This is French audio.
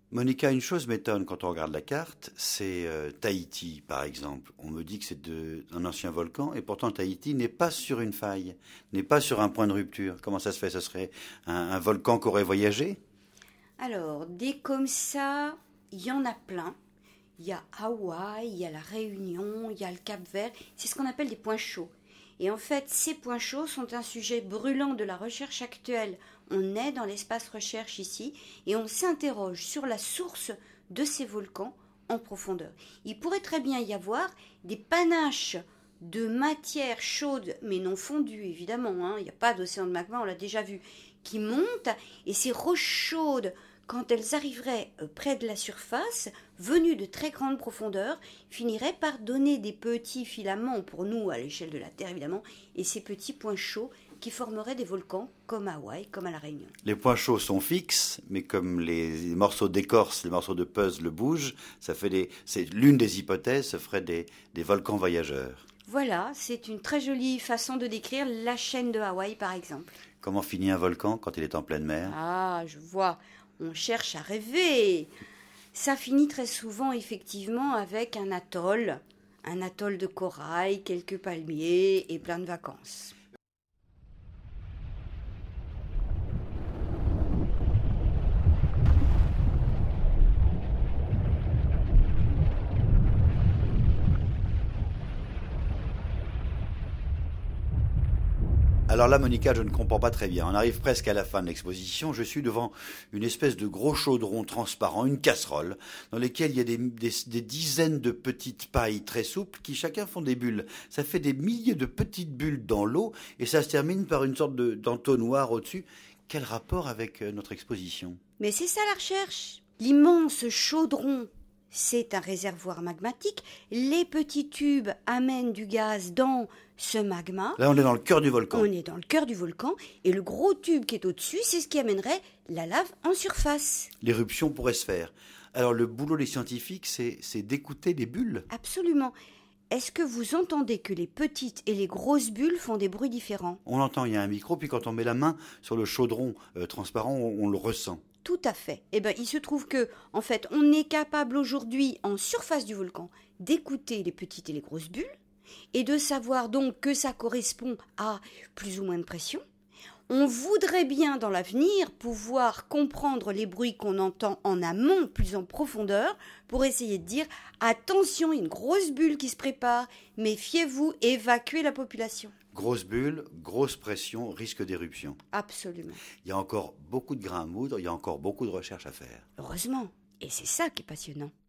Monica, une chose m'étonne quand on regarde la carte, c'est Tahiti, par exemple. On me dit que c'est un ancien volcan, et pourtant Tahiti n'est pas sur une faille, n'est pas sur un point de rupture. Comment ça se fait? Ce serait un volcan qui aurait voyagé? Alors, dès comme ça, il y en a plein. Il y a Hawaï, il y a la Réunion, il y a le Cap-Vert. C'est ce qu'on appelle des points chauds. Et en fait, ces points chauds sont un sujet brûlant de la recherche actuelle. On est dans l'espace recherche ici et on s'interroge sur la source de ces volcans en profondeur. Il pourrait très bien y avoir des panaches de matière chaude, mais non fondue évidemment, il n'y a pas d'océan de magma, on l'a déjà vu, qui montent, et ces roches chaudes, quand elles arriveraient près de la surface, venues de très grandes profondeurs, finiraient par donner des petits filaments, pour nous à l'échelle de la Terre évidemment, et ces petits points chauds qui formeraient des volcans comme à Hawaï, comme à La Réunion. Les points chauds sont fixes, mais comme les morceaux d'écorce, les morceaux de puzzle bougent, c'est l'une des hypothèses, ce ferait des volcans voyageurs. Voilà, c'est une très jolie façon de décrire la chaîne de Hawaï par exemple. Comment finit un volcan quand il est en pleine mer? Ah, je vois, on cherche à rêver. Ça finit très souvent effectivement avec un atoll de corail, quelques palmiers et plein de vacances. Alors là, Monica, je ne comprends pas très bien. On arrive presque à la fin de l'exposition. Je suis devant une espèce de gros chaudron transparent, une casserole, dans lequel il y a des dizaines de petites pailles très souples qui chacun font des bulles. Ça fait des milliers de petites bulles dans l'eau et ça se termine par une sorte d'entonnoir au-dessus. Quel rapport avec notre exposition? Mais c'est ça la recherche. L'immense chaudron, c'est un réservoir magmatique. Les petits tubes amènent du gaz dans ce magma. Là, on est dans le cœur du volcan. On est dans le cœur du volcan. Et le gros tube qui est au-dessus, c'est ce qui amènerait la lave en surface. L'éruption pourrait se faire. Alors, le boulot des scientifiques, c'est d'écouter les bulles. Absolument. Est-ce que vous entendez que les petites et les grosses bulles font des bruits différents? On l'entend, il y a un micro, puis quand on met la main sur le chaudron transparent, on le ressent. Tout à fait. Eh bien, il se trouve que, en fait, on est capable aujourd'hui, en surface du volcan, d'écouter les petites et les grosses bulles, et de savoir donc que ça correspond à plus ou moins de pression. On voudrait bien dans l'avenir pouvoir comprendre les bruits qu'on entend en amont, plus en profondeur, pour essayer de dire attention, il y a une grosse bulle qui se prépare, méfiez-vous, évacuez la population. Grosse bulle, grosse pression, risque d'éruption. Absolument. Il y a encore beaucoup de grains à moudre, il y a encore beaucoup de recherches à faire. Heureusement. Et c'est ça qui est passionnant.